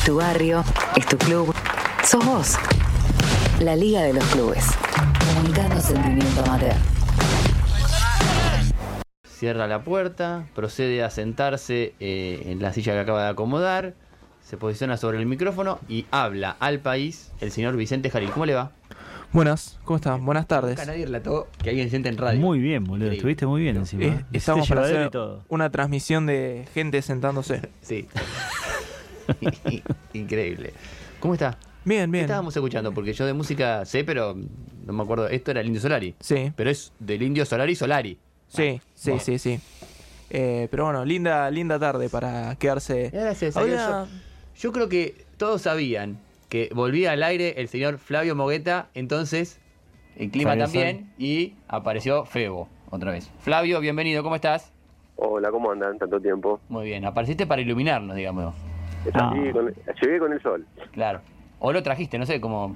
tu barrio, es tu club, sos vos. La Liga de los Clubes. Comunicando sentimiento amateur. Cierra la puerta, procede a sentarse en la silla que acaba de acomodar, se posiciona sobre el micrófono y habla al país el señor Vicente Jalil. ¿Cómo le va? Buenas, ¿cómo estás? Buenas tardes. Nunca nadie relató que alguien siente en radio. Muy bien, boludo. Increíble. Estuviste muy bien encima. Estamos para hacer todo. una transmisión de gente sentándose. Sí. Increíble. ¿Cómo está? Bien, ¿Qué bien. estábamos escuchando? Porque yo de música sé, pero no me acuerdo. Esto era el Indio Solari. Sí, Pero es del Indio Solari Solari. sí. Bueno. Pero bueno, linda tarde para quedarse. Gracias a Ahora- Dios. Yo creo que todos sabían que volvía al aire el señor Flavio Mogueta, entonces el clima Flavio también, y apareció Febo otra vez. Flavio, bienvenido, ¿cómo estás? Hola, ¿cómo andan? Tanto tiempo. Muy bien, apareciste para iluminarnos, digamos. Llegué con el sol. Claro. O lo trajiste, no sé cómo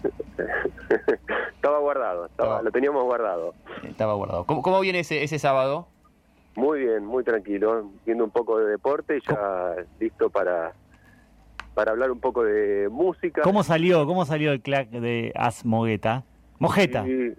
Estaba guardado, lo teníamos guardado. estaba guardado. ¿Cómo viene ese sábado? Muy bien, muy tranquilo, viendo un poco de deporte y ya listo para hablar un poco de música. ¿Cómo salió el clack de As Mogueta? Mojeta. Y,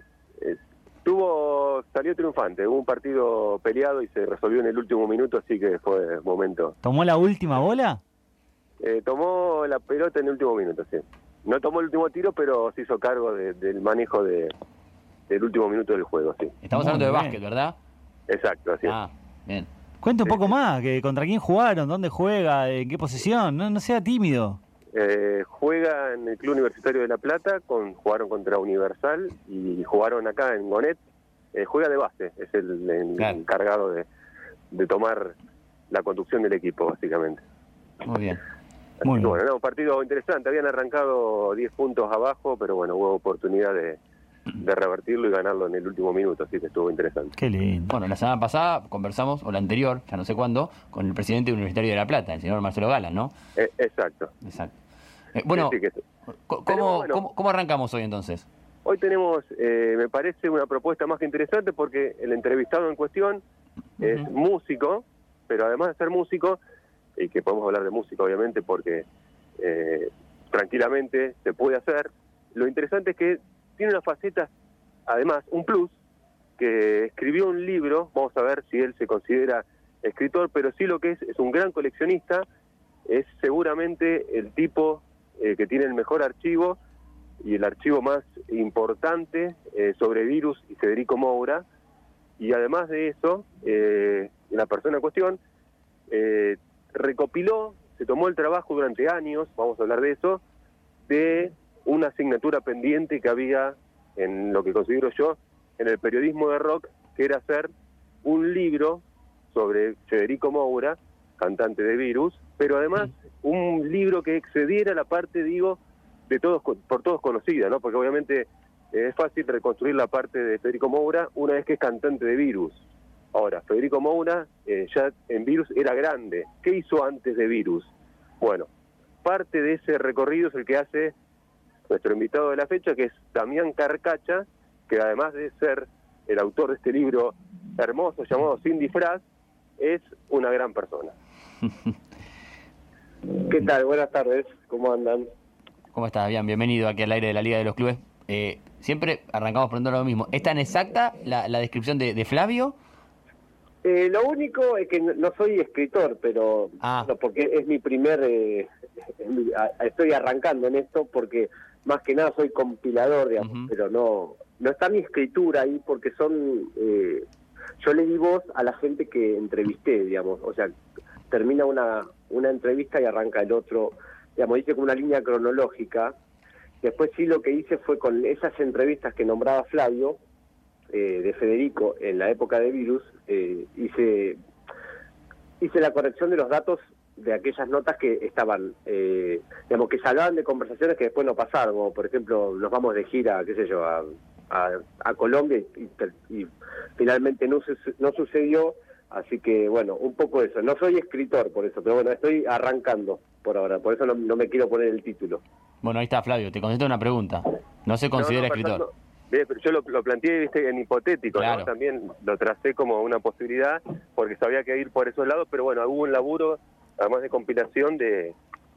salió triunfante, hubo un partido peleado y se resolvió en el último minuto, así que fue momento. ¿Tomó la última bola? Tomó la pelota en el último minuto, sí. No tomó el último tiro, pero se hizo cargo del manejo del último minuto del juego, sí. Estamos Muy hablando de bien. básquet, ¿verdad? Exacto, así es. Ah, bien. Cuenta un poco más, que contra quién jugaron, dónde juega, en qué posición. No sea tímido. Juega en el Club Universitario de La Plata, jugaron contra Universal y jugaron acá en Gonet. Juega de base, es el Claro. encargado de tomar la conducción del equipo, básicamente. Muy bien. Así Muy que, bien. bueno, era un partido interesante, habían arrancado 10 puntos abajo, pero bueno, hubo oportunidad de revertirlo y ganarlo en el último minuto, así que estuvo interesante. Qué lindo. Bueno, la semana pasada conversamos, o la anterior, ya no sé cuándo, con el presidente Universitario de La Plata, el señor Marcelo Galan, ¿no? Exacto. Exacto. Bueno, Sí, que ¿cómo arrancamos hoy entonces? hoy tenemos, me parece, una propuesta más que interesante porque el entrevistado en cuestión es músico, pero además de ser músico, y que podemos hablar de música obviamente porque tranquilamente se puede hacer, lo interesante es que tiene una faceta, además, un plus, que escribió un libro, vamos a ver si él se considera escritor, pero sí lo que es un gran coleccionista, es seguramente el tipo que tiene el mejor archivo y el archivo más importante sobre virus y Federico Moura, y además de eso, la persona en cuestión recopiló, se tomó el trabajo durante años, vamos a hablar de eso, de una asignatura pendiente que había en lo que considero yo en el periodismo de rock, que era hacer un libro sobre Federico Moura, cantante de Virus, pero además un libro que excediera la parte, digo, de todos por todos conocida, ¿no? Porque obviamente es fácil reconstruir la parte de Federico Moura una vez que es cantante de Virus. Ahora, Federico Moura ya en Virus era grande. ¿Qué hizo antes de Virus? Bueno, parte de ese recorrido es el que hace nuestro invitado de la fecha, que es Damián Carcacha, que además de ser el autor de este libro hermoso llamado Sin Disfraz, es una gran persona. ¿Qué tal? Buenas tardes, ¿cómo andan? ¿Cómo estás, Damián? Bienvenido aquí al aire de la Liga de los Clubes. Siempre arrancamos preguntando lo mismo. ¿Es tan exacta la descripción de Flavio? Lo único es que no soy escritor, pero no, porque es mi primer... estoy arrancando en esto porque más que nada soy compilador, digamos, pero no está mi escritura ahí porque son... yo le di voz a la gente que entrevisté, digamos, o sea, termina una entrevista y arranca el otro, digamos, hice como una línea cronológica. Después sí lo que hice fue con esas entrevistas que nombraba Flavio, de Federico, en la época de Virus, hice la corrección de los datos de aquellas notas que estaban, digamos, que se hablaban de conversaciones que después no pasaron, como por ejemplo, nos vamos de gira, qué sé yo, a Colombia y finalmente no sucedió, así que bueno, un poco eso. No soy escritor por eso, pero bueno, estoy arrancando por ahora, por eso no me quiero poner el título. Bueno, ahí está, Flavio, te contesto una pregunta. No se considera escritor. Pero yo lo planteé, viste, en hipotético, claro, ¿no? También lo tracé como una posibilidad, porque sabía que ir por esos lados, pero bueno, hubo un laburo, además de compilación, de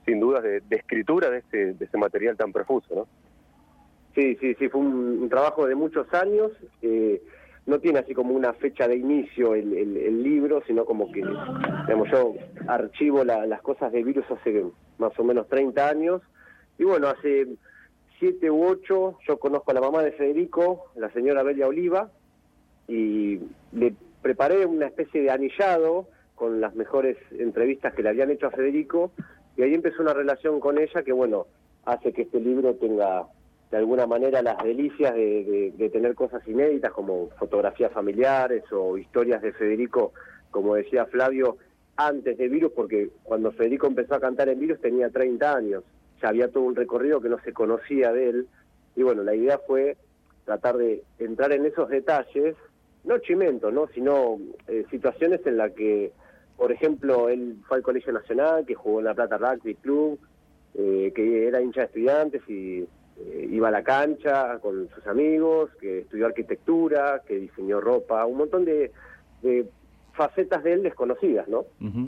sin dudas, de escritura de ese material tan profuso, ¿no? Sí, fue un trabajo de muchos años. No tiene así como una fecha de inicio el libro, sino como que, digamos, yo archivo las cosas de Virus hace más o menos 30 años, y bueno, hace 7 u 8 yo conozco a la mamá de Federico, la señora Belia Oliva, y le preparé una especie de anillado con las mejores entrevistas que le habían hecho a Federico, y ahí empezó una relación con ella que, bueno, hace que este libro tenga de alguna manera las delicias de tener cosas inéditas como fotografías familiares o historias de Federico, como decía Flavio, antes de Virus, porque cuando Federico empezó a cantar en Virus tenía 30 años, ya había todo un recorrido que no se conocía de él, y bueno, la idea fue tratar de entrar en esos detalles, no chimento, ¿no?, sino situaciones en las que, por ejemplo, él fue al Colegio Nacional, que jugó en La Plata Rugby Club, que era hincha de Estudiantes y iba a la cancha con sus amigos, que estudió arquitectura, que diseñó ropa, un montón de facetas de él desconocidas, ¿no?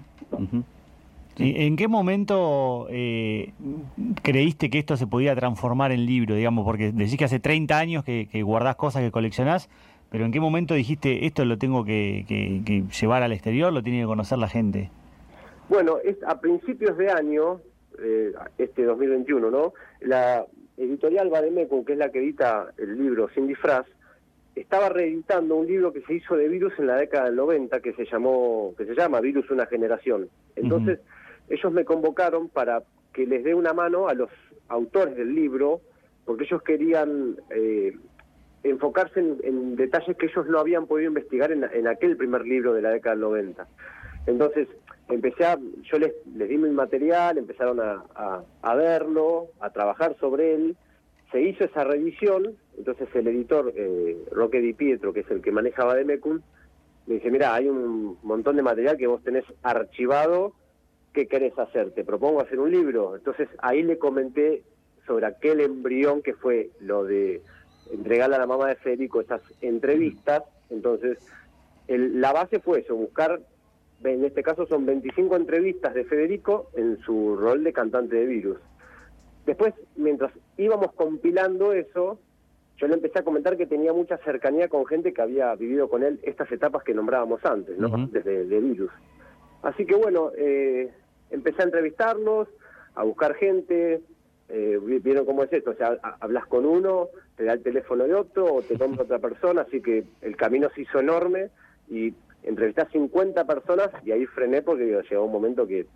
¿En qué momento creíste que esto se podía transformar en libro, digamos? Porque decís que hace 30 años que guardás cosas, que coleccionás, pero ¿en qué momento dijiste esto lo tengo que llevar al exterior, lo tiene que conocer la gente? Bueno, es a principios de año, este 2021, ¿no?, la editorial Vademecum, que es la que edita el libro Sin Disfraz, estaba reeditando un libro que se hizo de Virus en la década del 90, que se llama Virus una generación. Entonces, ellos me convocaron para que les dé una mano a los autores del libro, porque ellos querían enfocarse en detalles que ellos no habían podido investigar en aquel primer libro de la década del 90. Entonces, yo les di mi material, empezaron a verlo, a trabajar sobre él, se hizo esa revisión, entonces el editor, Roque Di Pietro, que es el que maneja Vademecum, me dice, mira, hay un montón de material que vos tenés archivado, ¿qué querés hacer? Te propongo hacer un libro. Entonces ahí le comenté sobre aquel embrión que fue lo de entregarle a la mamá de Federico esas entrevistas. Entonces la base fue eso, buscar, en este caso son 25 entrevistas de Federico en su rol de cantante de Virus. Después, mientras íbamos compilando eso, yo le empecé a comentar que tenía mucha cercanía con gente que había vivido con él estas etapas que nombrábamos antes, ¿no? Desde de Virus. Así que bueno, empecé a entrevistarlos, a buscar gente. Vieron cómo es esto, o sea, hablas con uno, te da el teléfono de otro o te nombra otra persona, así que el camino se hizo enorme y entrevisté a 50 personas y ahí frené porque llegó un momento que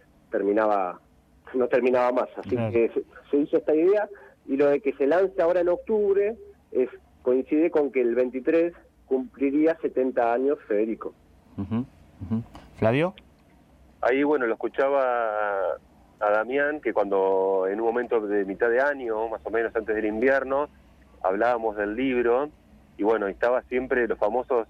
no terminaba más, así que se hizo esta idea, y lo de que se lance ahora en octubre coincide con que el 23 cumpliría 70 años Federico. ¿Flavio? Ahí, bueno, lo escuchaba a Damián, que cuando en un momento de mitad de año, más o menos antes del invierno, hablábamos del libro, y bueno, estaba siempre los famosos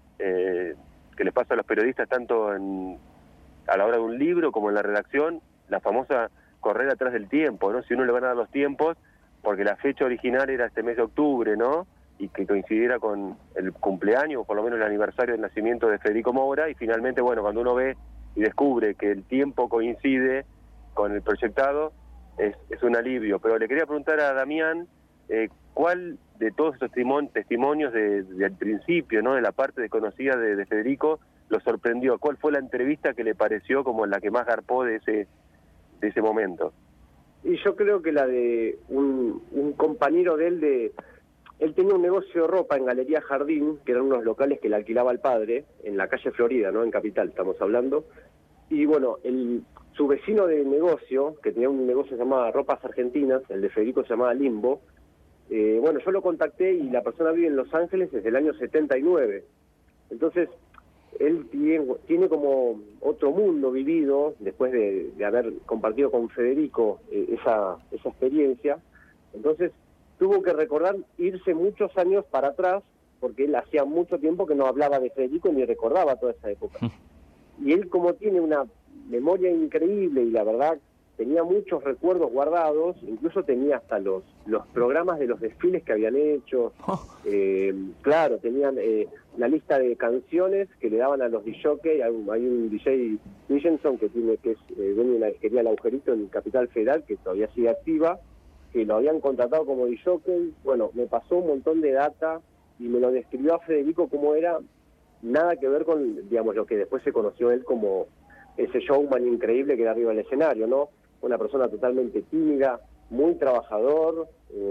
que les pasa a los periodistas tanto a la hora de un libro como en la redacción, la famosa correr atrás del tiempo, ¿no? Si uno le van a dar los tiempos, porque la fecha original era este mes de octubre, ¿no?, y que coincidiera con el cumpleaños, o por lo menos el aniversario del nacimiento de Federico Moura, y finalmente, bueno, cuando uno ve y descubre que el tiempo coincide con el proyectado, es un alivio. Pero le quería preguntar a Damián, ¿cuál de todos esos testimonios del principio, ¿no?, de la parte desconocida de Federico, lo sorprendió? ¿Cuál fue la entrevista que le pareció como la que más garpó de ese momento? Y yo creo que la de un compañero de él, él tenía un negocio de ropa en Galería Jardín, que eran unos locales que le alquilaba al padre, en la calle Florida, ¿no?, en Capital estamos hablando, y bueno, su vecino de negocio, que tenía un negocio llamado Ropas Argentinas, el de Federico se llamaba Limbo, bueno, yo lo contacté y la persona vive en Los Ángeles desde el año 79, entonces él tiene como otro mundo vivido después de haber compartido con Federico esa experiencia. Entonces tuvo que recordar, irse muchos años para atrás, porque él hacía mucho tiempo que no hablaba de Federico ni recordaba toda esa época. Y él, como tiene una memoria increíble y la verdad tenía muchos recuerdos guardados, incluso tenía hasta los programas de los desfiles que habían hecho. Claro, tenían la lista de canciones que le daban a los DJ. Hay un DJ Williamson que es dueño de una disquería El Agujerito en Capital Federal, que todavía sigue activa, que lo habían contratado como DJ. Bueno, me pasó un montón de data y me lo describió a Federico como era, nada que ver con, digamos, lo que después se conoció él como ese showman increíble que era arriba del escenario, ¿no? Una persona totalmente tímida, muy trabajador,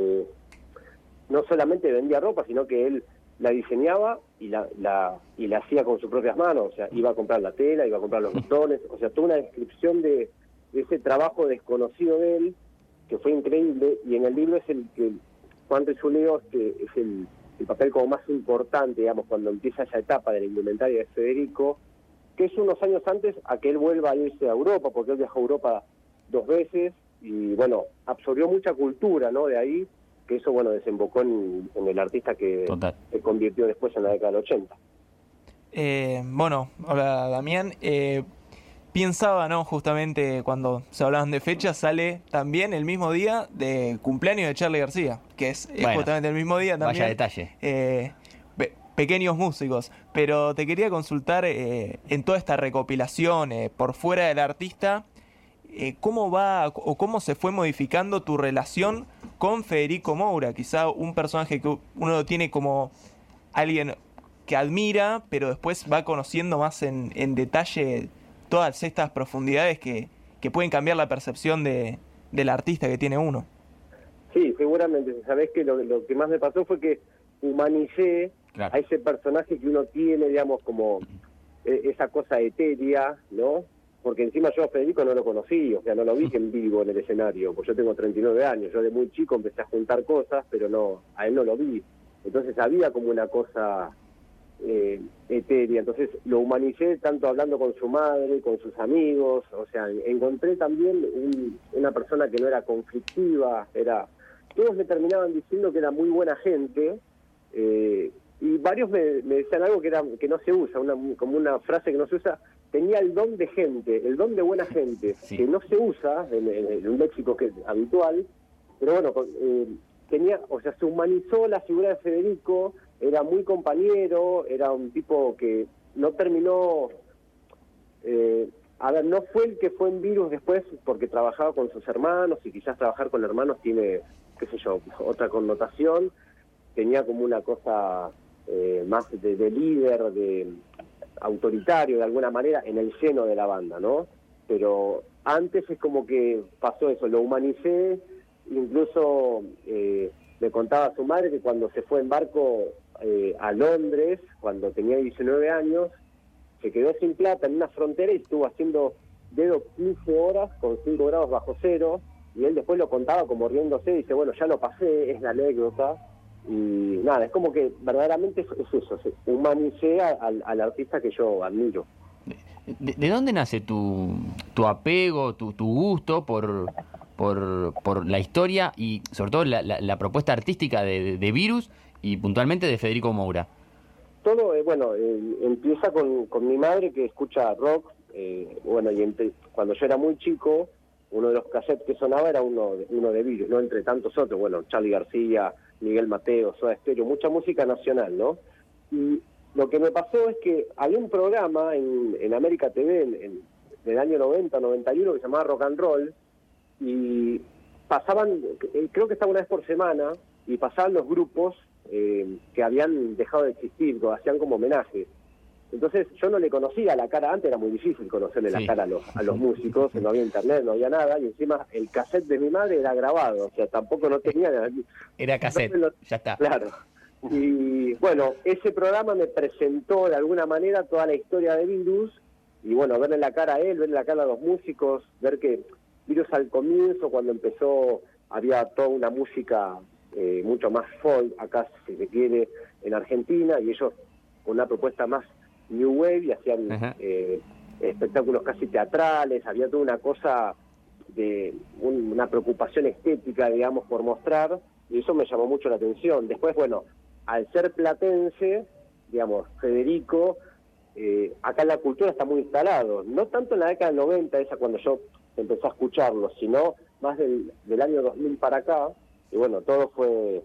no solamente vendía ropa, sino que él la diseñaba y la hacía con sus propias manos, o sea, iba a comprar la tela, iba a comprar los botones, o sea, toda una descripción de ese trabajo desconocido de él, que fue increíble, y en el libro es el que Juan Rizuleo es el papel como más importante, digamos, cuando empieza esa etapa de la indumentaria de Federico, que es unos años antes a que él vuelva a irse a Europa, porque él viajó a Europa 2 veces, y bueno, absorbió mucha cultura, ¿no?, de ahí, que eso, bueno, desembocó en el artista que se convirtió después en la década del 80. Bueno, hola Damián. Pensaba, ¿no?, justamente cuando se hablaban de fechas, sale también el mismo día de cumpleaños de Charly García, que es justamente el mismo día también. Vaya detalle. Pequeños músicos, pero te quería consultar en toda esta recopilación, por fuera del artista, ¿cómo va o cómo se fue modificando tu relación con Federico Moura? Quizá un personaje que uno tiene como alguien que admira, pero después va conociendo más en detalle todas estas profundidades que pueden cambiar la percepción del artista que tiene uno. Sí, seguramente. Sabés que lo que más me pasó fue que humanicé a ese personaje que uno tiene, digamos, como esa cosa etérea, ¿no? Porque encima yo a Federico no lo conocí, o sea, no lo vi en vivo en el escenario, pues yo tengo 39 años, yo de muy chico empecé a juntar cosas, pero no, a él no lo vi. Entonces había como una cosa etérea, entonces lo humanicé tanto hablando con su madre, con sus amigos, o sea, encontré también una persona que no era conflictiva, todos me terminaban diciendo que era muy buena gente, y varios me decían algo que no se usa, como una frase que no se usa: tenía el don de gente, el don de buena gente, sí, que no se usa en un léxico que es habitual, pero bueno, o sea, se humanizó la figura de Federico, era muy compañero, era un tipo que no terminó, no fue el que fue en Virus después porque trabajaba con sus hermanos, y quizás trabajar con hermanos tiene, qué sé yo, otra connotación, tenía como una cosa más de líder, de autoritario de alguna manera en el seno de la banda, ¿no? Pero antes es como que pasó eso, lo humanicé, incluso me contaba su madre que cuando se fue en barco a Londres, cuando tenía 19 años, se quedó sin plata en una frontera y estuvo haciendo dedo 15 horas con 5 grados bajo cero, y él después lo contaba como riéndose, y dice, bueno, ya lo pasé, es la anécdota. Y nada, es como que verdaderamente es eso, humanicé al artista que yo admiro. ¿De dónde nace tu apego, tu gusto por la historia y sobre todo la propuesta artística de Virus y puntualmente de Federico Moura? Todo, empieza con mi madre, que escucha rock, y cuando yo era muy chico, uno de los cassettes que sonaba era uno de Virus, no entre tantos otros, Charly García, Miguel Mateo, Soda Stereo, mucha música nacional, ¿no? Y lo que me pasó es que había un programa en América TV en el año 90, 91, que se llamaba Rock and Roll, y pasaban, creo que estaba una vez por semana, y pasaban los grupos que habían dejado de existir, que hacían como homenajes. Entonces yo no le conocía la cara, antes era muy difícil conocerle la cara a los músicos, no había internet, no había nada, y encima el cassette de mi madre era grabado, o sea, tampoco no tenía... Era cassette, ya está. Claro. Y bueno, ese programa me presentó de alguna manera toda la historia de Virus, y bueno, verle la cara a él, verle la cara a los músicos, ver que Virus al comienzo, cuando empezó, había toda una música mucho más folk, acá si se quiere, en Argentina, y ellos con una propuesta más New Wave, y hacían espectáculos casi teatrales, había toda una cosa de una preocupación estética, digamos, por mostrar, y eso me llamó mucho la atención. Después, al ser platense, digamos, Federico, acá en la cultura está muy instalado, no tanto en la década del 90, esa cuando yo empecé a escucharlo, sino más del año 2000 para acá, y bueno, todo fue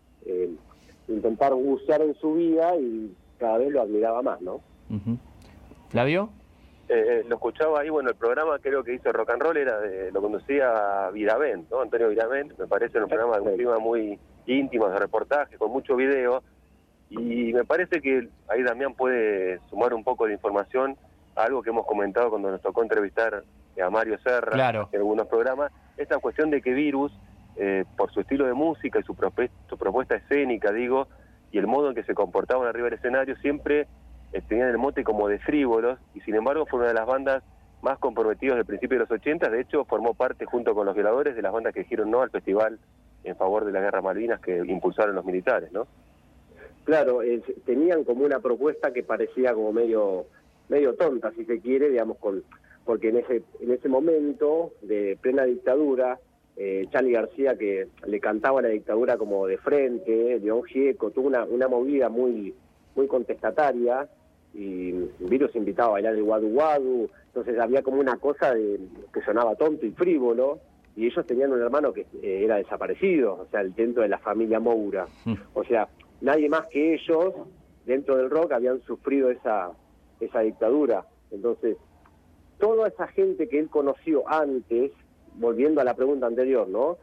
intentar bucear en su vida y cada vez lo admiraba más, ¿no? Uh-huh. ¿Flavio? Lo escuchaba ahí, bueno, el programa creo que hizo Rock and Roll lo conducía Viravent, ¿no? Antonio Viravent, me parece un programa de un clima muy íntimo, de reportaje, con mucho video, y me parece que ahí Damián puede sumar un poco de información a algo que hemos comentado cuando nos tocó entrevistar a Mario Serra, claro, en algunos programas, esta cuestión de que Virus, por su estilo de música y su propuesta escénica, digo, y el modo en que se comportaban arriba del escenario, siempre tenían el mote como de frívolos, y sin embargo fue una de las bandas más comprometidas del principio de los 80. De hecho formó parte, junto con Los Violadores, de las bandas que dijeron no al festival en favor de la Guerra Malvinas que impulsaron los militares, ¿no? Claro, tenían como una propuesta que parecía como medio tonta, si se quiere, digamos, porque en ese momento de plena dictadura, Charly García, que le cantaba a la dictadura como de frente, León Gieco, tuvo una movida muy contestataria, y Virus invitaba a bailar el Wadu Wadu, entonces había como una cosa que sonaba tonto y frívolo, y ellos tenían un hermano que era desaparecido, o sea, dentro de la familia Moura. O sea, nadie más que ellos, dentro del rock, habían sufrido esa dictadura. Entonces, toda esa gente que él conoció antes, volviendo a la pregunta anterior, ¿no?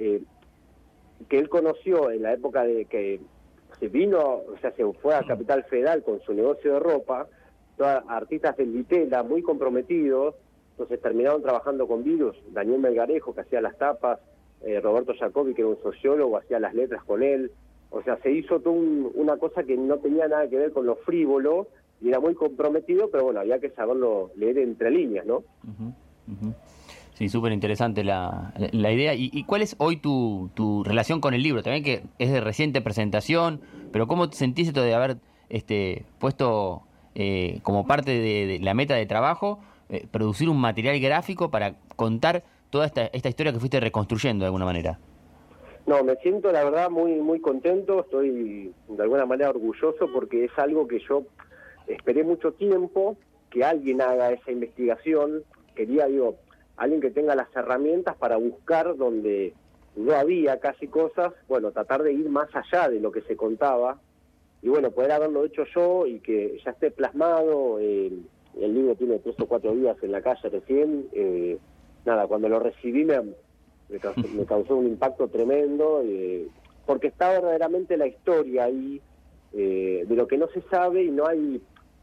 Que él conoció en la época de que se vino, o sea, se fue a Capital Federal con su negocio de ropa, todas artistas del Vitela muy comprometidos, entonces terminaron trabajando con Virus, Daniel Melgarejo, que hacía las tapas, Roberto Jacobi, que era un sociólogo, hacía las letras con él. O sea, se hizo toda una cosa que no tenía nada que ver con lo frívolo, y era muy comprometido, pero bueno, había que saberlo leer entre líneas, ¿no? Uh-huh, uh-huh. Sí, súper interesante la idea. ¿Y cuál es hoy tu relación con el libro? También que es de reciente presentación, pero ¿cómo te sentís esto de haber puesto como parte de la meta de trabajo, producir un material gráfico para contar toda esta historia que fuiste reconstruyendo de alguna manera? No, me siento la verdad muy contento, estoy de alguna manera orgulloso porque es algo que yo esperé mucho tiempo, que alguien haga esa investigación. Quería, alguien que tenga las herramientas para buscar donde no había casi cosas, bueno, tratar de ir más allá de lo que se contaba, y bueno, poder haberlo hecho yo y que ya esté plasmado. El libro tiene 3 o 4 días en la calle recién, nada, cuando lo recibí me causó un impacto tremendo, porque está verdaderamente la historia ahí, de lo que no se sabe, y no hay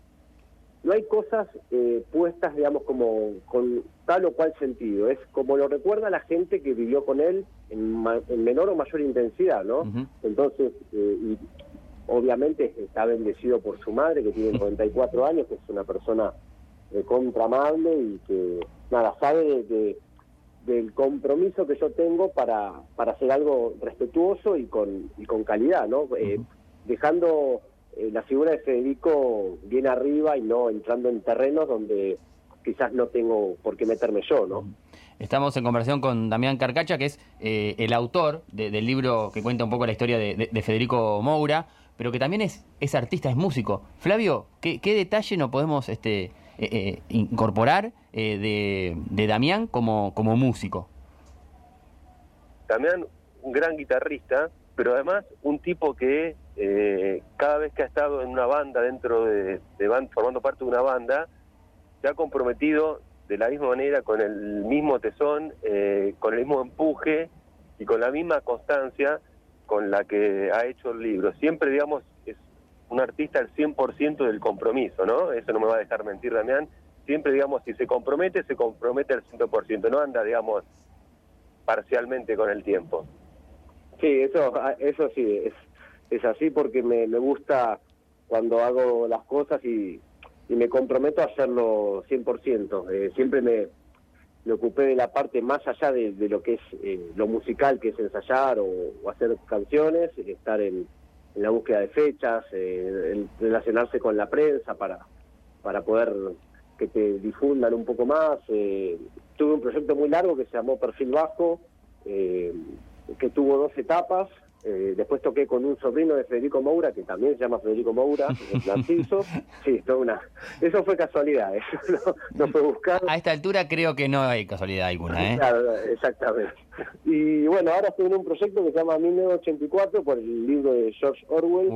cosas puestas, digamos, como con tal o cual sentido. Es como lo recuerda la gente que vivió con él en menor o mayor intensidad, ¿no? Uh-huh. Entonces, y obviamente está bendecido por su madre, que tiene 94 años, que es una persona recontra amable y que, nada, sabe del compromiso que yo tengo para hacer algo respetuoso y con calidad, ¿no? Uh-huh. Dejando la figura de Federico bien arriba y no entrando en terrenos donde quizás no tengo por qué meterme yo, ¿no? Estamos en conversación con Damián Carcacha, que es el autor del libro que cuenta un poco la historia de Federico Moura, pero que también es artista, es músico. Flavio, ¿qué detalle nos podemos incorporar de Damián como músico? Damián, un gran guitarrista, pero además un tipo que cada vez que ha estado en una banda, dentro de formando parte de una banda, se ha comprometido de la misma manera, con el mismo tesón, con el mismo empuje y con la misma constancia con la que ha hecho el libro. Siempre, digamos, es un artista al 100% del compromiso, ¿no? Eso no me va a dejar mentir, Damián. Siempre, digamos, si se compromete al 100%, no anda, digamos, parcialmente con el tiempo. Sí, eso sí, es así, porque me gusta cuando hago las cosas y me comprometo a hacerlo 100%. Siempre me ocupé de la parte más allá de lo que es lo musical, que es ensayar o hacer canciones, estar en la búsqueda de fechas, relacionarse con la prensa para poder que te difundan un poco más. Tuve un proyecto muy largo que se llamó Perfil Bajo, que tuvo 2 etapas. Después toqué con un sobrino de Federico Moura, que también se llama Federico Moura, Narciso. Sí, eso fue casualidad, eso no fue buscado. A esta altura creo que no hay casualidad alguna, ¿eh? Claro, exactamente. Y bueno, ahora estoy en un proyecto que se llama 1984, por el libro de George Orwell.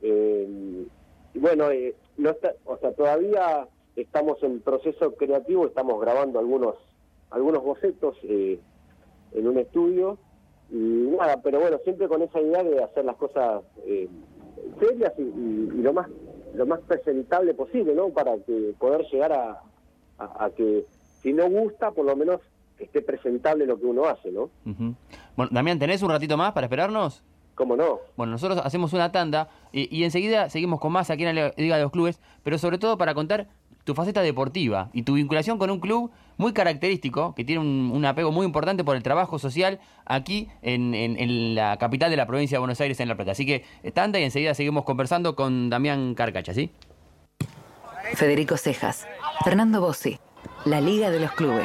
Y bueno, no está, o sea, todavía estamos en proceso creativo, estamos grabando algunos bocetos en un estudio. Y nada, pero bueno, siempre con esa idea de hacer las cosas serias y lo más presentable posible, ¿no? Para que poder llegar a que, si no gusta, por lo menos esté presentable lo que uno hace, ¿no? Uh-huh. Bueno, Damián, ¿tenés un ratito más para esperarnos? ¿Cómo no? Bueno, nosotros hacemos una tanda y enseguida seguimos con más aquí en la Liga de los Clubes, pero sobre todo para contar tu faceta deportiva y tu vinculación con un club muy característico, que tiene un apego muy importante por el trabajo social aquí en la capital de la provincia de Buenos Aires, en La Plata. Así que tanda y enseguida seguimos conversando con Damián Carcacha, ¿sí? Federico Cejas, Fernando Bossi, la Liga de los Clubes.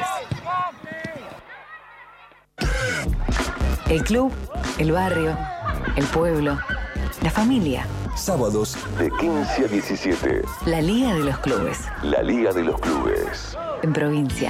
El club, el barrio, el pueblo, la familia. Sábados de 15 a 17. La Liga de los Clubes. La Liga de los Clubes. En provincia.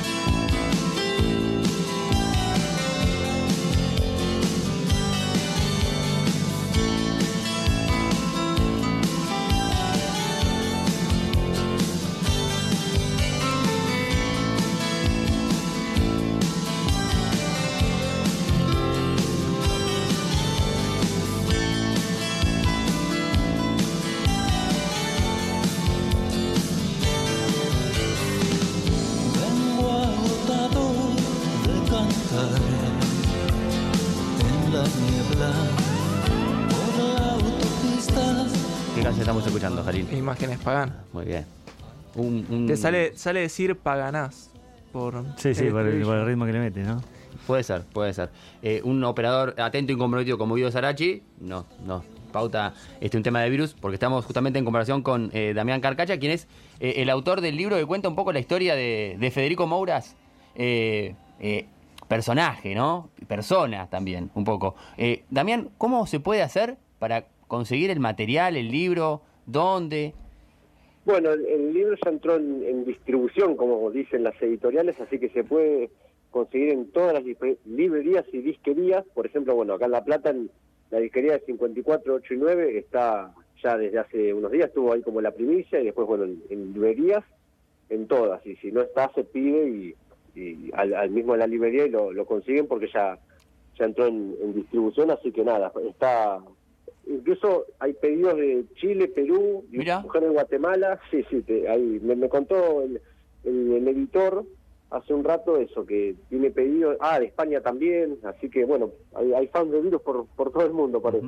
¿Qué canción estamos escuchando, Jalil? Imágenes Paganas. Muy bien. Te sale decir Paganás. Por el ritmo que le mete, ¿no? Puede ser. Un operador atento y comprometido como Guido Sarachi, no, pauta un tema de Virus, porque estamos justamente en conversación con Damián Carcacha, quien es el autor del libro que cuenta un poco la historia de Federico Mouras, personaje, ¿no? Persona también, un poco. Damián, ¿cómo se puede hacer para conseguir el material, el libro? ¿Dónde? Bueno, el libro ya entró en distribución, como dicen las editoriales, así que se puede conseguir en todas las librerías y disquerías. Por ejemplo, bueno, acá en La Plata, en la disquería de 54, 8 y 9, está ya desde hace unos días, estuvo ahí como la primicia, y después, bueno, en librerías, en todas. Y si no está, se pide y al mismo de la librería y lo consiguen porque ya entró en distribución, así que nada, está... Incluso hay pedidos de Chile, Perú, y una mujer de Guatemala. Sí, ahí me contó el editor hace un rato eso, que tiene pedidos, de España también, así que bueno, hay fans de Virus por todo el mundo, parece.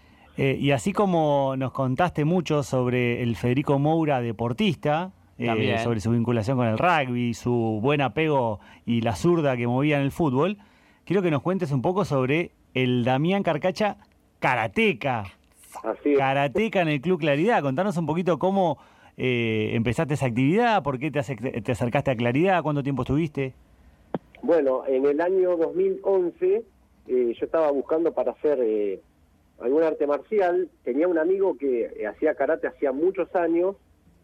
Y así como nos contaste mucho sobre el Federico Moura deportista, sobre su vinculación con el rugby, su buen apego y la zurda que movía en el fútbol, quiero que nos cuentes un poco sobre el Damián Carcacha karateca. Así es. Karateca en el Club Claridad. Contanos un poquito cómo empezaste esa actividad, por qué te acercaste a Claridad, cuánto tiempo estuviste. Bueno, en el año 2011 yo estaba buscando para hacer algún arte marcial. Tenía un amigo que hacía karate hacía muchos años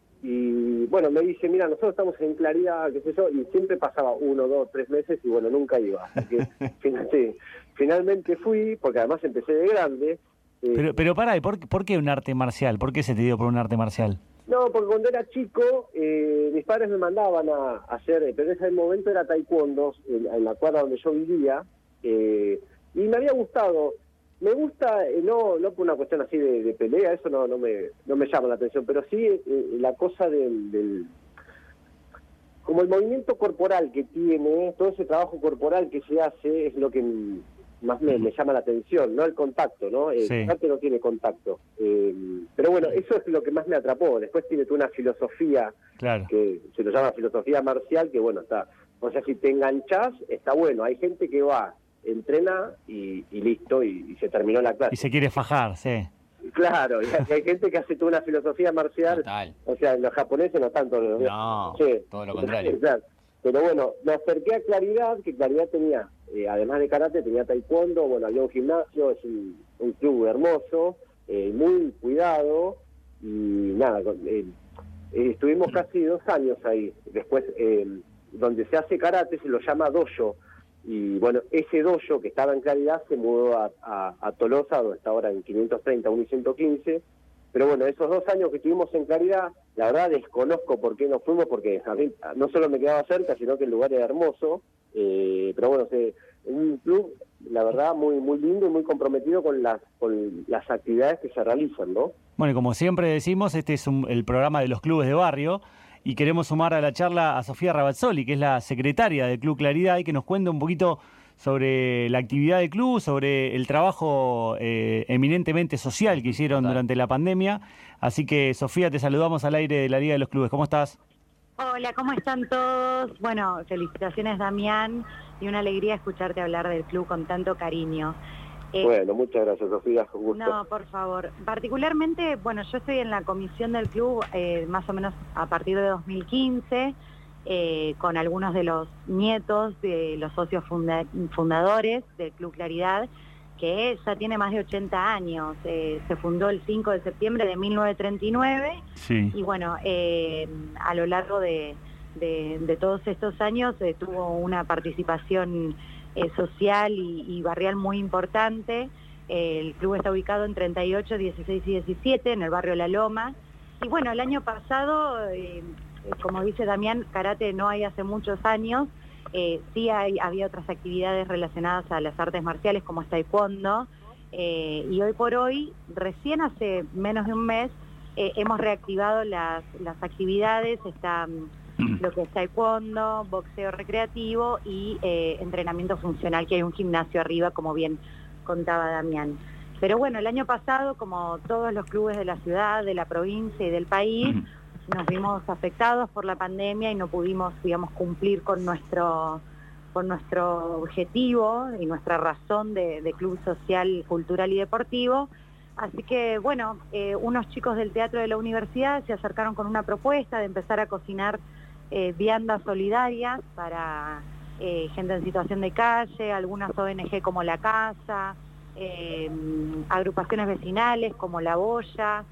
y bueno, me dice, mira, nosotros estamos en Claridad, qué sé yo, y siempre pasaba 1, 2, 3 meses y bueno, nunca iba. Así que finalmente fui, porque además empecé de grande. Pero pará, ¿por qué un arte marcial? ¿Por qué se te dio por un arte marcial? No, porque cuando era chico, mis padres me mandaban a hacer, pero en ese momento era taekwondo, en la cuadra donde yo vivía, y me había gustado. Me gusta, no por una cuestión así de pelea, eso no me llama la atención, pero sí la cosa del como el movimiento corporal que tiene, todo ese trabajo corporal que se hace es lo que más me llama la atención, no el contacto, ¿no? El karate no tiene contacto. Pero bueno, eso es lo que más me atrapó. Después tiene toda una filosofía, que se lo llama filosofía marcial, que bueno, está. O sea, si te enganchás, está bueno. Hay gente que va, entrena y listo, y se terminó la clase. Y se quiere fajar, sí. Claro, y hay gente que hace toda una filosofía marcial. Total. O sea, los japoneses no tanto. No, todo lo contrario. Claro. Pero bueno, me acerqué a Claridad, que Claridad tenía, además de karate, tenía taekwondo, bueno, había un gimnasio, es un club hermoso, muy cuidado, y nada, estuvimos casi 2 años ahí. Después, donde se hace karate se lo llama dojo, y bueno, ese dojo que estaba en Claridad se mudó a Tolosa, donde está ahora en 530, 1 y 115. Pero bueno, esos 2 años que estuvimos en Claridad, la verdad desconozco por qué nos fuimos, porque a mí no solo me quedaba cerca, sino que el lugar era hermoso. Pero bueno, es un club, la verdad, muy muy lindo y muy comprometido con las actividades que se realizan, ¿no? Bueno, y como siempre decimos, este es el programa de los clubes de barrio, y queremos sumar a la charla a Sofía Rabazzoli, que es la secretaria del Club Claridad, y que nos cuente un poquito sobre la actividad del club, sobre el trabajo eminentemente social que hicieron durante la pandemia. Así que, Sofía, te saludamos al aire de la Liga de los Clubes. ¿Cómo estás? Hola, ¿cómo están todos? Bueno, felicitaciones, Damián, y una alegría escucharte hablar del club con tanto cariño. Bueno, muchas gracias, Sofía, un gusto. No, por favor. Particularmente, bueno, yo estoy en la comisión del club más o menos a partir de 2015, con algunos de los nietos de los socios fundadores del Club Claridad, que ya tiene más de 80 años. Se fundó el 5 de septiembre de 1939, sí. Y bueno, a lo largo de todos estos años tuvo una participación social y barrial muy importante. El club está ubicado en 38, 16 y 17, en el barrio La Loma. Y bueno, el año pasado, como dice Damián, karate no hay hace muchos años. Sí había otras actividades relacionadas a las artes marciales, como es taekwondo. Y hoy por hoy, recién hace menos de un mes, hemos reactivado las actividades. Está lo que es taekwondo, boxeo recreativo y entrenamiento funcional, que hay un gimnasio arriba, como bien contaba Damián. Pero bueno, el año pasado, como todos los clubes de la ciudad, de la provincia y del país, nos vimos afectados por la pandemia y no pudimos, digamos, cumplir con nuestro objetivo y nuestra razón de club social, cultural y deportivo. Así que, bueno, unos chicos del teatro de la universidad se acercaron con una propuesta de empezar a cocinar viandas solidarias para gente en situación de calle, algunas ONG como La Casa, agrupaciones vecinales como La Boya,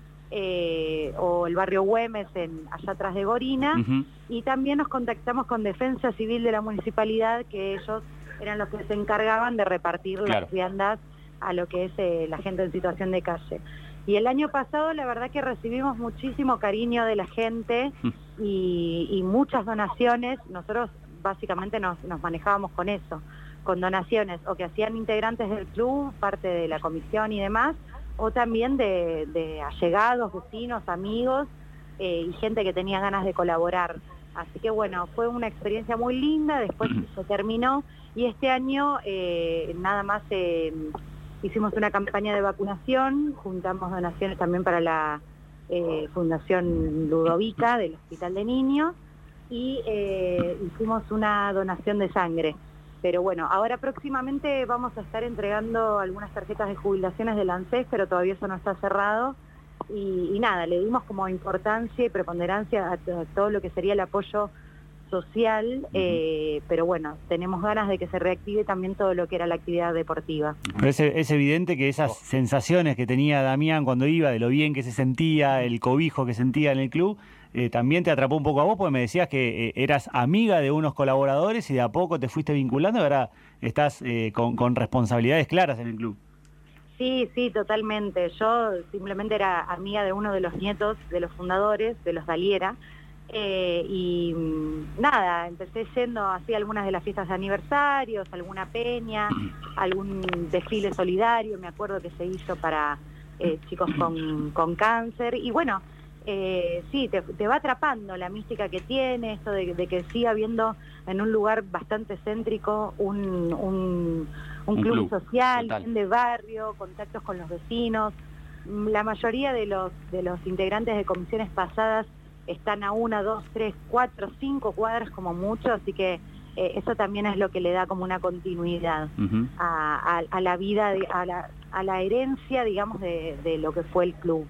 o el barrio Güemes allá atrás de Gorina. Y también nos contactamos con Defensa Civil de la municipalidad, que ellos eran los que se encargaban de repartir las viandas a lo que es la gente en situación de calle. Y el año pasado la verdad que recibimos muchísimo cariño de la gente y muchas donaciones. Nosotros básicamente nos manejábamos con eso, con donaciones o que hacían integrantes del club, parte de la comisión y demás, o también de allegados, vecinos, amigos y gente que tenía ganas de colaborar. Así que bueno, fue una experiencia muy linda. Después se terminó y este año nada más hicimos una campaña de vacunación, juntamos donaciones también para la Fundación Ludovica del Hospital de Niños y hicimos una donación de sangre. Pero bueno, ahora próximamente vamos a estar entregando algunas tarjetas de jubilaciones del ANSES, pero todavía eso no está cerrado. Y nada, le dimos como importancia y preponderancia a todo lo que sería el apoyo social, pero bueno, tenemos ganas de que se reactive también todo lo que era la actividad deportiva. Pero es evidente que esas sensaciones que tenía Damián cuando iba, de lo bien que se sentía, el cobijo que sentía en el club, también te atrapó un poco a vos, porque me decías que eras amiga de unos colaboradores y de a poco te fuiste vinculando y ahora estás con responsabilidades claras en el club. Sí, totalmente. Yo simplemente era amiga de uno de los nietos de los fundadores, de los Daliera, y nada, empecé yendo así a algunas de las fiestas de aniversarios, alguna peña, algún desfile solidario, me acuerdo que se hizo para chicos con cáncer, y bueno, sí, te va atrapando la mística que tiene, esto de que siga habiendo en un lugar bastante céntrico un club social, de barrio, contactos con los vecinos. La mayoría de los integrantes de comisiones pasadas están a 1, 2, 3, 4, 5 cuadras como mucho, así que eso también es lo que le da como una continuidad a la vida, a la herencia, digamos, de lo que fue el club.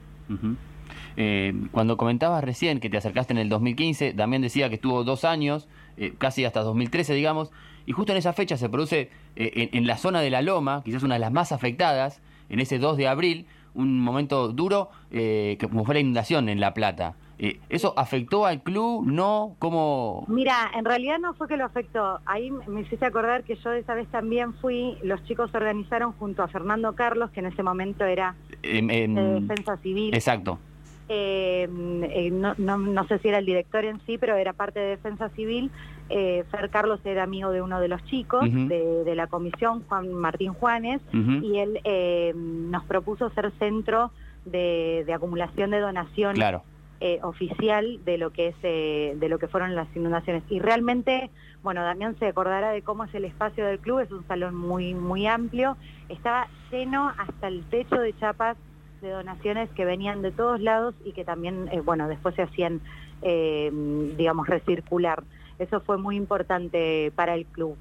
Cuando comentabas recién que te acercaste en el 2015, también decía que estuvo 2 años, casi hasta 2013, digamos, y justo en esa fecha se produce en la zona de La Loma, quizás una de las más afectadas, en ese 2 de abril, un momento duro, que como fue la inundación en La Plata. ¿Eso afectó al club? ¿No? ¿Cómo? Mira, en realidad no fue que lo afectó. Ahí me hiciste acordar que yo esa vez también fui, los chicos organizaron junto a Fernando Carlos, que en ese momento era de Defensa Civil. Exacto. No sé si era el director en sí, pero era parte de Defensa Civil. Fer Carlos era amigo de uno de los chicos de la comisión, Juan Martín Juanes, y él nos propuso ser centro de acumulación de donaciones. Claro. Oficial de lo que es de lo que fueron las inundaciones. Y realmente, bueno, Damián se acordará de cómo es el espacio del club, es un salón muy amplio, estaba lleno hasta el techo de chapas de donaciones que venían de todos lados y que también, bueno, después se hacían, digamos, recircular. Eso fue muy importante para el club.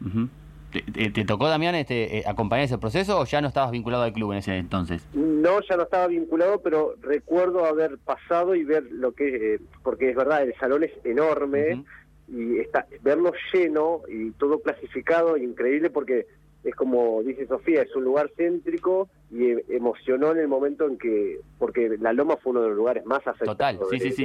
¿Te tocó, Damián, acompañar ese proceso o ya no estabas vinculado al club en ese entonces? No, ya no estaba vinculado, pero recuerdo haber pasado y ver lo que porque es verdad, el salón es enorme y verlo lleno y todo clasificado, increíble, porque es como dice Sofía, es un lugar céntrico y emocionó en el momento en que, porque La Loma fue uno de los lugares más afectados. Total, sí.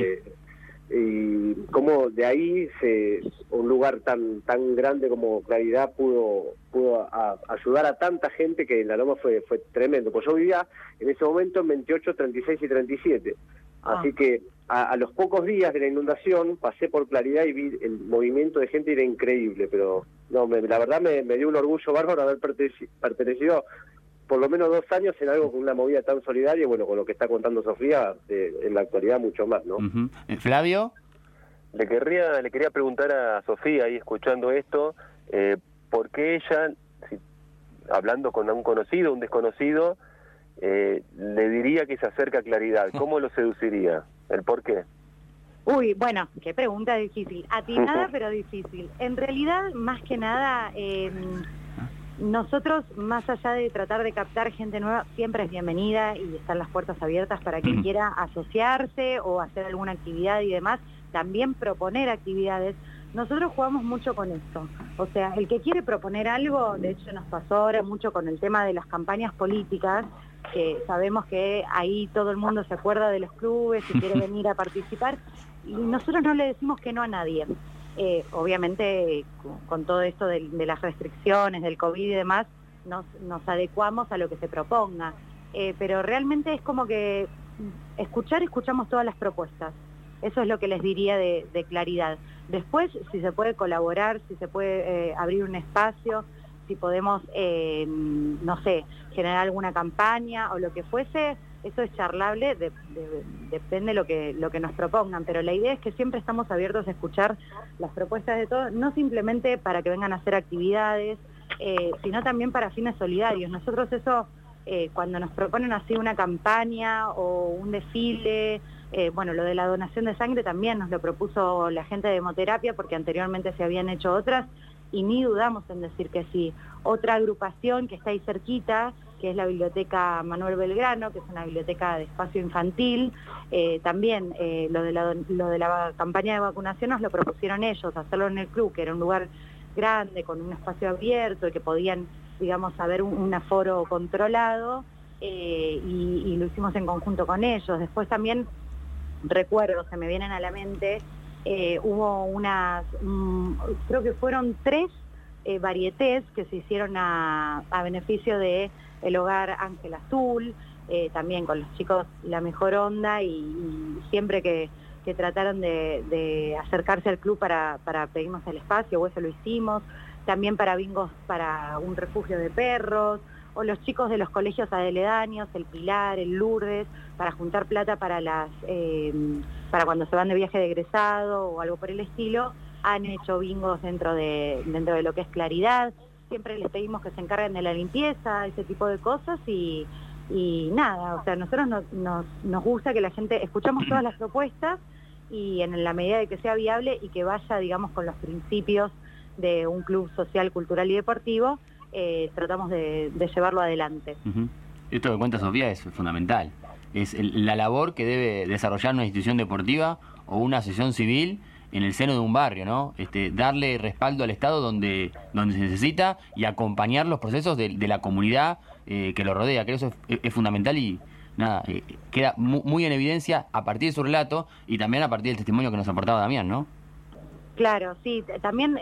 Y como de ahí un lugar tan grande como Claridad pudo ayudar a tanta gente, que en La Loma fue tremendo. Pues yo vivía en ese momento en 28, 36 y 37. Así que a los pocos días de la inundación pasé por Claridad y vi el movimiento de gente, y era increíble. Pero no, la verdad me dio un orgullo bárbaro haber pertenecido por lo menos 2 años en algo con una movida tan solidaria, y bueno, con lo que está contando Sofía, en la actualidad mucho más, ¿no? Flavio. Le quería preguntar a Sofía, ahí escuchando esto, ¿por qué ella, hablando con un conocido, un desconocido, le diría que se acerca a Claridad? ¿Cómo lo seduciría? ¿El por qué? Uy, bueno, qué pregunta difícil. Atinada, pero difícil. En realidad, más que nada, nosotros, más allá de tratar de captar gente nueva, siempre es bienvenida y están las puertas abiertas para quien quiera asociarse o hacer alguna actividad y demás, también proponer actividades. Nosotros jugamos mucho con esto. O sea, el que quiere proponer algo, de hecho nos pasó ahora mucho con el tema de las campañas políticas, que sabemos que ahí todo el mundo se acuerda de los clubes y quiere venir a participar, y nosotros no le decimos que no a nadie. Obviamente con todo esto de las restricciones, del COVID y demás, nos adecuamos a lo que se proponga, pero realmente es como que escuchamos todas las propuestas. Eso es lo que les diría de Claridad. Después, si se puede colaborar, si se puede abrir un espacio, si podemos, no sé, generar alguna campaña o lo que fuese, eso es charlable, depende lo que nos propongan, pero la idea es que siempre estamos abiertos a escuchar las propuestas de todos, no simplemente para que vengan a hacer actividades, sino también para fines solidarios. Nosotros eso, cuando nos proponen así una campaña o un desfile, bueno, lo de la donación de sangre también nos lo propuso la gente de Hemoterapia, porque anteriormente se habían hecho otras, y ni dudamos en decir que sí. Otra agrupación que está ahí cerquita, que es la Biblioteca Manuel Belgrano, que es una biblioteca de espacio infantil, también lo de la campaña de vacunación nos lo propusieron ellos, hacerlo en el club, que era un lugar grande, con un espacio abierto, y que podían, digamos, haber un aforo controlado, y lo hicimos en conjunto con ellos. Después también, recuerdo, se me vienen a la mente, hubo creo que fueron 3 varietés que se hicieron a beneficio de el Hogar Ángel Azul, también con los chicos La Mejor Onda, y siempre que trataron de acercarse al club para pedirnos el espacio, o eso lo hicimos, también para bingos para un refugio de perros, o los chicos de los colegios aledaños, el Pilar, el Lourdes, para juntar plata para para cuando se van de viaje de egresado o algo por el estilo, han hecho bingos dentro de lo que es Claridad. Siempre les pedimos que se encarguen de la limpieza, ese tipo de cosas, y nada, o sea, nosotros nos gusta que la gente, escuchamos todas las propuestas, y en la medida de que sea viable y que vaya, digamos, con los principios de un club social, cultural y deportivo, tratamos de llevarlo adelante. Esto que cuenta Sofía es fundamental. Es la labor que debe desarrollar una institución deportiva o una asociación civil en el seno de un barrio, ¿no? Darle respaldo al Estado donde se necesita y acompañar los procesos de la comunidad que lo rodea. Creo que eso es fundamental y nada, queda muy en evidencia a partir de su relato y también a partir del testimonio que nos aportaba Damián, ¿no? Claro, sí, también,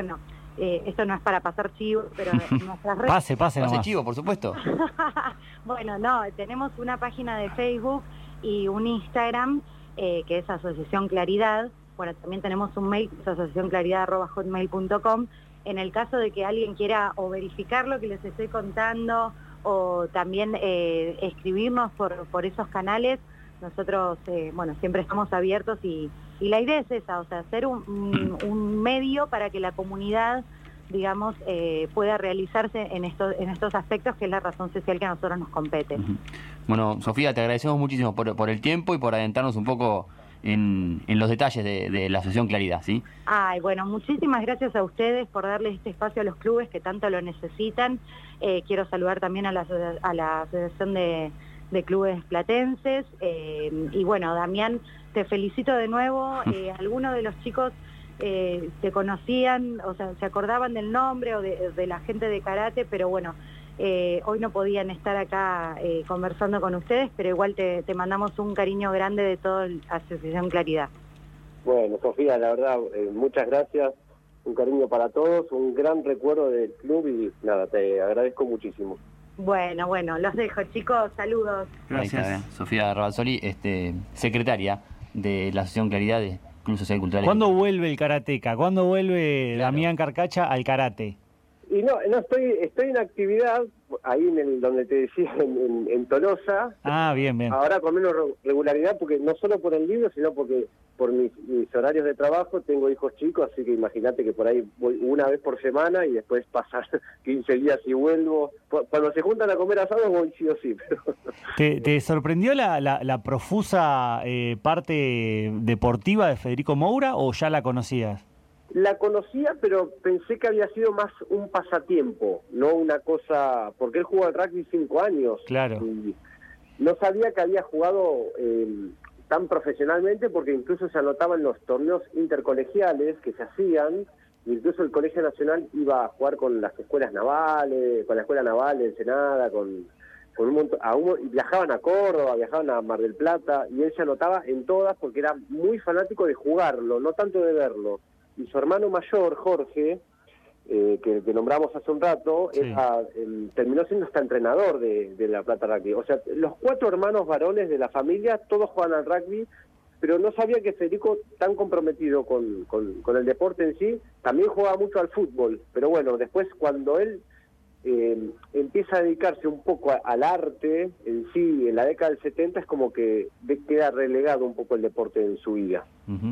esto no es para pasar chivo, pero en nuestras redes... Pase chivo, por supuesto. Bueno, no, tenemos una página de Facebook y un Instagram, que es Asociación Claridad. Bueno, también tenemos un mail, que es asociacionclaridad@hotmail.com. En el caso de que alguien quiera o verificar lo que les estoy contando o también escribirnos por esos canales, nosotros, siempre estamos abiertos y la idea es esa, o sea, hacer un medio para que la comunidad, digamos, pueda realizarse en estos aspectos, que es la razón social que a nosotros nos compete. Bueno, Sofía, te agradecemos muchísimo por el tiempo y por adentrarnos un poco en los detalles de la Asociación Claridad, ¿sí? Ay, bueno, muchísimas gracias a ustedes por darles este espacio a los clubes que tanto lo necesitan. Quiero saludar también a la Asociación de Clubes Platenses. Y bueno, Damián, te felicito de nuevo. Algunos de los chicos te conocían, o sea, se acordaban del nombre o de la gente de karate, pero bueno, hoy no podían estar acá conversando con ustedes, pero igual te mandamos un cariño grande de toda la Asociación Claridad. Bueno, Sofía, la verdad, muchas gracias, un cariño para todos, un gran recuerdo del club y nada, te agradezco muchísimo. Bueno, los dejo, chicos, saludos. Gracias. Ahí está, Sofía Rabazzoli, secretaria de la Asociación Claridad de Club Social y Cultural. ¿Cuándo vuelve el karateca? ¿Cuándo vuelve Damián Carcacha al karate? Y no estoy en actividad ahí donde te decía, en Tolosa. Ah, bien. Ahora con menos regularidad, porque no solo por el libro, sino porque por mis horarios de trabajo tengo hijos chicos, así que imagínate que por ahí voy una vez por semana y después pasar 15 días y vuelvo. Cuando se juntan a comer asado voy sí o sí. Pero... ¿Te sorprendió la profusa parte deportiva de Federico Moura o ya la conocías? La conocía, pero pensé que había sido más un pasatiempo, no una cosa... Porque él jugó al rugby 5 años. Claro. Y no sabía que había jugado tan profesionalmente, porque incluso se anotaba en los torneos intercolegiales que se hacían, incluso el Colegio Nacional iba a jugar con las escuelas navales, con la Escuela Naval de Ensenada, con un montón, y viajaban a Córdoba, viajaban a Mar del Plata, y él se anotaba en todas porque era muy fanático de jugarlo, no tanto de verlo. Y su hermano mayor, Jorge, que nombramos hace un rato, sí, terminó siendo hasta entrenador de La Plata Rugby. O sea, los 4 hermanos varones de la familia, todos juegan al rugby, pero no sabía que Federico, tan comprometido con el deporte en sí, también jugaba mucho al fútbol. Pero bueno, después cuando él empieza a dedicarse un poco al arte en sí, en la década del 70, es como que queda relegado un poco el deporte en su vida.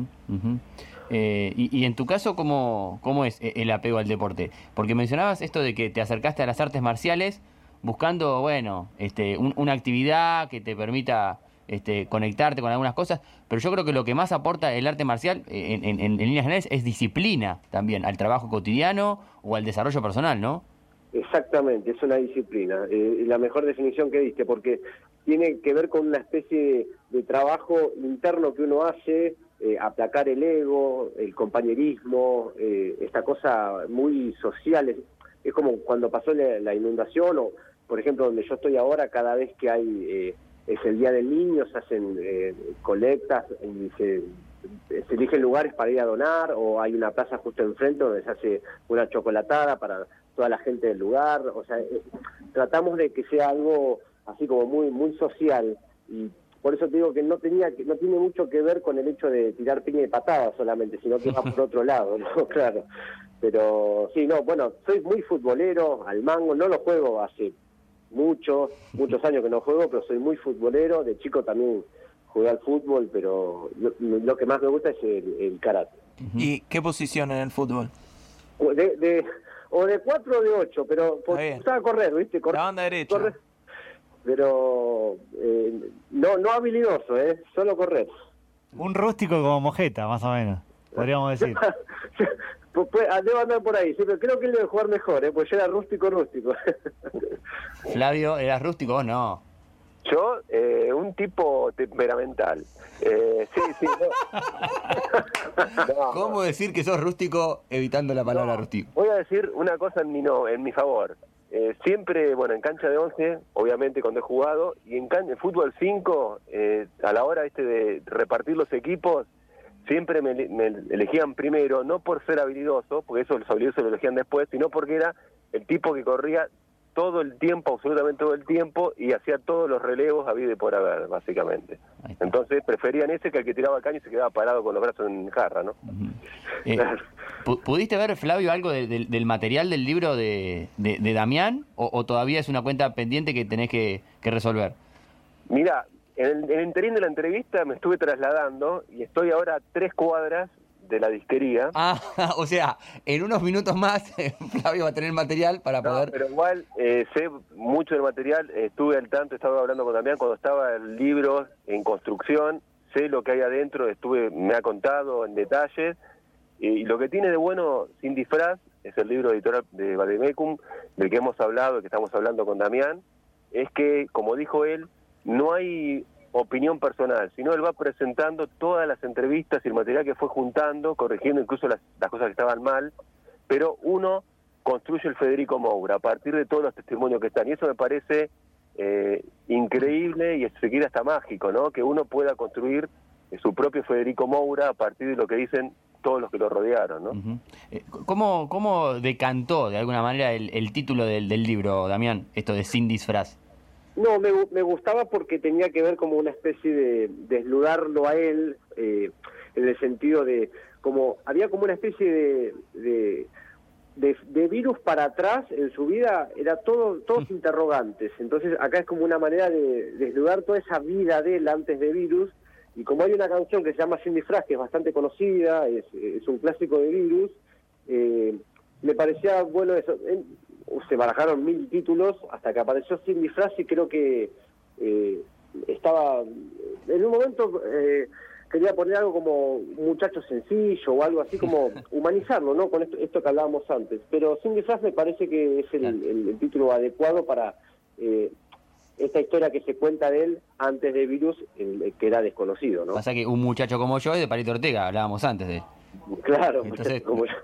Y en tu caso, ¿cómo es el apego al deporte? Porque mencionabas esto de que te acercaste a las artes marciales buscando, una actividad que te permita conectarte con algunas cosas, pero yo creo que lo que más aporta el arte marcial, en líneas generales, es disciplina también, al trabajo cotidiano o al desarrollo personal, ¿no? Exactamente, es una disciplina, la mejor definición que diste, porque tiene que ver con una especie de trabajo interno que uno hace, aplacar el ego, el compañerismo, esta cosa muy social. Es como cuando pasó la inundación, o por ejemplo donde yo estoy ahora, cada vez que hay es el Día del Niño, se hacen colectas y se eligen lugares para ir a donar, o hay una plaza justo enfrente donde se hace una chocolatada para toda la gente del lugar. O sea, tratamos de que sea algo así como muy social, y por eso te digo que no tiene mucho que ver con el hecho de tirar piña y patada solamente, sino que va por otro lado, ¿no? Claro. Pero sí, soy muy futbolero, al mango, no lo juego hace muchos años que no juego, pero soy muy futbolero. De chico también jugué al fútbol, pero lo que más me gusta es el karate. ¿Y qué posición en el fútbol? O de 4 o de 8, pero gustaba correr, ¿viste? La banda derecha. Correr. Pero no habilidoso, solo correr. Un rústico como Mojeta, más o menos, podríamos decir. Debo andar por ahí, sí, pero creo que él debe jugar mejor, pues yo era rústico. Flavio, ¿eras rústico o no? Yo, un tipo temperamental. Sí. No. ¿Cómo decir que sos rústico evitando la palabra rústico? Voy a decir una cosa en mi favor. Siempre, bueno, en cancha de 11, obviamente cuando he jugado, y en fútbol 5, a la hora de repartir los equipos, siempre me elegían primero, no por ser habilidoso, porque eso los habilidosos lo elegían después, sino porque era el tipo que corría todo el tiempo, absolutamente todo el tiempo, y hacía todos los relevos habido y por haber, básicamente. Entonces preferían ese que el que tiraba caño y se quedaba parado con los brazos en jarra, ¿no? ¿Pudiste ver, Flavio, algo del material del libro de Damián? ¿O todavía es una cuenta pendiente que tenés que resolver? Mira, en el interín de la entrevista me estuve trasladando y estoy ahora a 3 cuadras de la disquería. O sea, en unos minutos más Flavio va a tener material para poder... Pero igual sé mucho del material, estuve al tanto, estaba hablando con Damián cuando estaba el libro en construcción, sé lo que hay adentro, me ha contado en detalles, y lo que tiene de bueno Sin Disfraz es el libro editorial de Vademecum, del que hemos hablado, que estamos hablando con Damián, es que, como dijo él, no hay opinión personal, sino él va presentando todas las entrevistas y el material que fue juntando, corrigiendo incluso las cosas que estaban mal, pero uno construye el Federico Moura a partir de todos los testimonios que están, y eso me parece increíble y se quiere hasta mágico, ¿no? Que uno pueda construir su propio Federico Moura a partir de lo que dicen todos los que lo rodearon, ¿no? ¿Cómo decantó de alguna manera el título del libro, Damián, esto de Sin Disfraz? No, me gustaba porque tenía que ver como una especie de desnudarlo a él, en el sentido de, había como una especie de virus para atrás en su vida, era todos interrogantes. Entonces acá es como una manera de desnudar toda esa vida de él antes de virus, y como hay una canción que se llama Sin Disfraz, que es bastante conocida, es un clásico de Virus, me parecía bueno eso. Se barajaron 1000 títulos hasta que apareció Sin Disfraz, y creo que estaba en un momento quería poner algo como un muchacho sencillo o algo así, como humanizarlo, ¿no? Con esto que hablábamos antes, pero Sin Disfraz me parece que es el título adecuado para esta historia que se cuenta de él antes de Virus, que era desconocido, ¿no? Pasa que un muchacho como yo es de Palito Ortega, hablábamos antes de él. Claro, entonces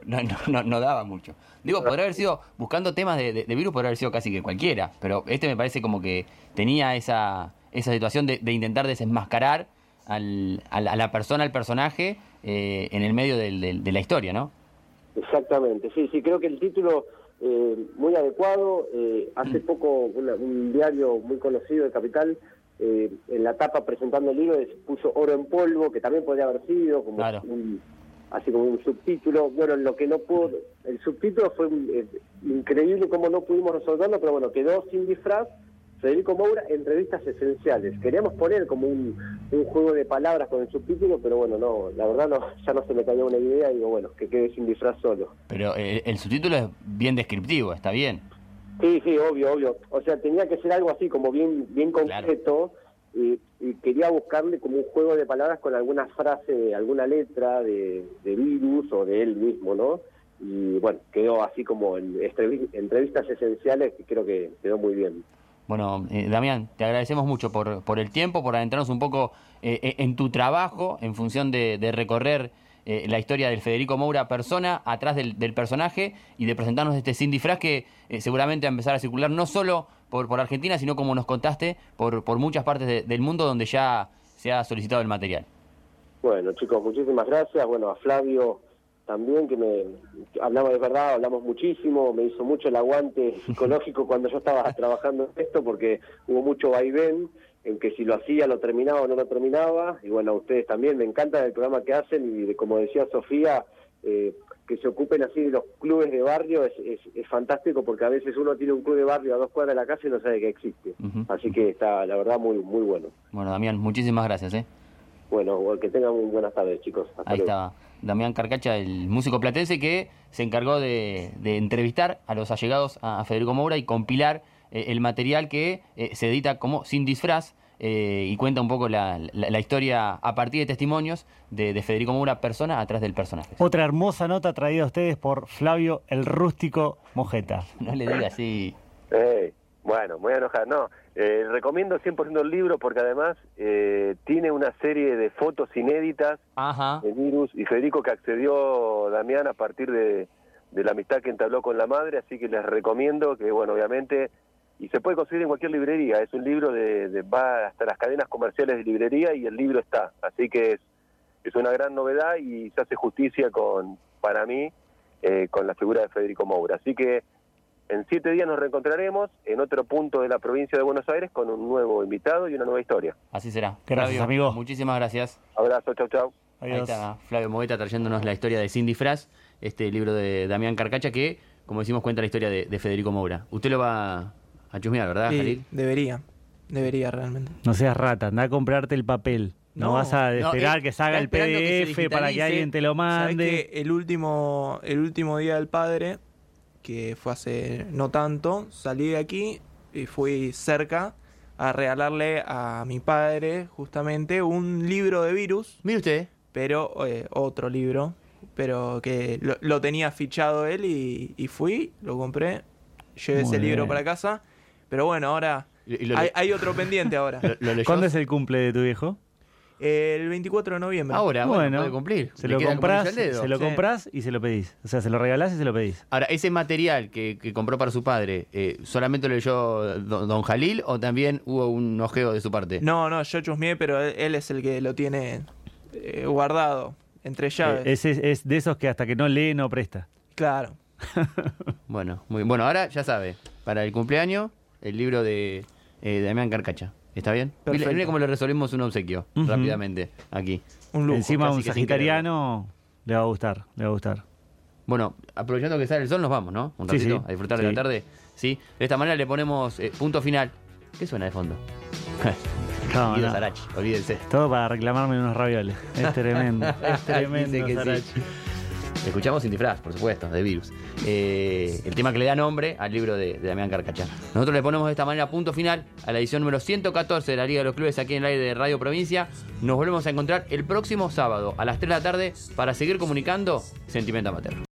no daba mucho. Digo, podría haber sido, buscando temas de Virus, podría haber sido casi que cualquiera, pero me parece como que tenía esa situación de intentar desenmascarar a la persona, al personaje, en el medio de la historia, ¿no? Exactamente, sí, creo que el título muy adecuado. Hace poco un diario muy conocido de Capital, en la tapa presentando el libro, puso Oro en Polvo, que también podría haber sido como claro, así como un subtítulo. Bueno, lo que no pudo, el subtítulo fue increíble cómo no pudimos resolverlo, pero bueno, quedó Sin Disfraz, Federico Moura, entrevistas esenciales. Queríamos poner como un juego de palabras con el subtítulo, pero bueno, no, la verdad ya no se me cayó una idea, y digo, bueno, que quede Sin Disfraz solo. Pero el subtítulo es bien descriptivo, está bien. Sí, obvio. O sea, tenía que ser algo así como bien concreto, claro. Y quería buscarle como un juego de palabras con alguna frase, alguna letra de Virus o de él mismo, ¿no? Y bueno, quedó así como en entrevistas esenciales, que creo que quedó muy bien. Bueno, Damián, te agradecemos mucho por el tiempo, por adentrarnos un poco en tu trabajo en función de recorrer la historia del Federico Moura persona, atrás del personaje, y de presentarnos este Sin Disfraz que seguramente va a empezar a circular no solo por Argentina, sino, como nos contaste, por muchas partes del mundo donde ya se ha solicitado el material. Bueno, chicos, muchísimas gracias. Bueno, a Flavio también, que hablamos muchísimo, me hizo mucho el aguante psicológico cuando yo estaba trabajando en esto, porque hubo mucho vaivén en que si lo hacía, lo terminaba o no lo terminaba. Y bueno, a ustedes también, me encanta el programa que hacen, y como decía Sofía, que se ocupen así de los clubes de barrio es fantástico, porque a veces uno tiene un club de barrio a 2 cuadras de la casa y no sabe que existe. Así que está, la verdad, muy, muy bueno. Bueno, Damián, muchísimas gracias. Bueno, que tengan muy buenas tardes, chicos. Hasta Ahí luego. estaba Damián Carcacha, el músico platense que se encargó de entrevistar a los allegados a Federico Moura y compilar el material que se edita como Sin Disfraz, y cuenta un poco la historia a partir de testimonios de Federico Moura, persona atrás del personaje. Otra hermosa nota traída a ustedes por Flavio el Rústico Mojeta. No le diga así. Bueno, me voy a enojar. No, recomiendo 100% el libro porque además tiene una serie de fotos inéditas de Virus y Federico que accedió Damián a partir de la amistad que entabló con la madre, así que les recomiendo que, bueno, obviamente, y se puede conseguir en cualquier librería, es un libro va hasta las cadenas comerciales de librería y el libro está, así que es una gran novedad y se hace justicia para mí, con la figura de Federico Moura. Así que en 7 días nos reencontraremos en otro punto de la provincia de Buenos Aires con un nuevo invitado y una nueva historia. Así será. Gracias, Flavio, amigo. Muchísimas gracias. Abrazo, chau. Ahí está Flavio Moveta trayéndonos la historia de Cindy Fras, este libro de Damián Carcacha que, como decimos, cuenta la historia de Federico Moura. Usted lo va a chusmear, ¿verdad, Jalil? Debería realmente. No seas rata, anda a comprarte el papel. No vas a esperar que salga el PDF para que alguien te lo mande. ¿Sabés que el último Día del Padre, que fue hace no tanto, salí de aquí y fui cerca a regalarle a mi padre justamente un libro de Virus. Mire usted. Pero otro libro, pero que lo tenía fichado él y fui, lo compré, llevé ese libro para casa. Pero bueno, ahora hay otro pendiente ahora. ¿Cuándo es el cumple de tu viejo? El 24 de noviembre. Ahora, bueno, puede cumplir. Se lo comprás y se lo pedís. O sea, se lo regalás y se lo pedís. Ahora, ¿ese material que compró para su padre, solamente lo leyó don Jalil o también hubo un ojeo de su parte? No, yo chusmeé, pero él es el que lo tiene guardado entre llaves. Es de esos que hasta que no lee no presta. Claro. Bueno, muy bien. Bueno, ahora ya sabe, para el cumpleaños, el libro de Damián Carcacha. ¿Está bien? Mire cómo le resolvemos un obsequio rápidamente aquí. Un lujo. Encima un sagitariano le va a gustar. Bueno, aprovechando que sale el sol, nos vamos, ¿no? Un ratito a disfrutar de la tarde. Sí. De esta manera le ponemos punto final. ¿Qué suena de fondo? No. Sarachi, olvídense. Todo para reclamarme unos ravioles. Es tremendo. Sarachi. Sí. Escuchamos Cindy Fras, por supuesto, de Virus. El tema que le da nombre al libro de Damián Carcacha. Nosotros le ponemos de esta manera punto final a la edición número 114 de la Liga de los Clubes aquí en el aire de Radio Provincia. Nos volvemos a encontrar el próximo sábado a las 3 de la tarde para seguir comunicando Sentimiento Amateur.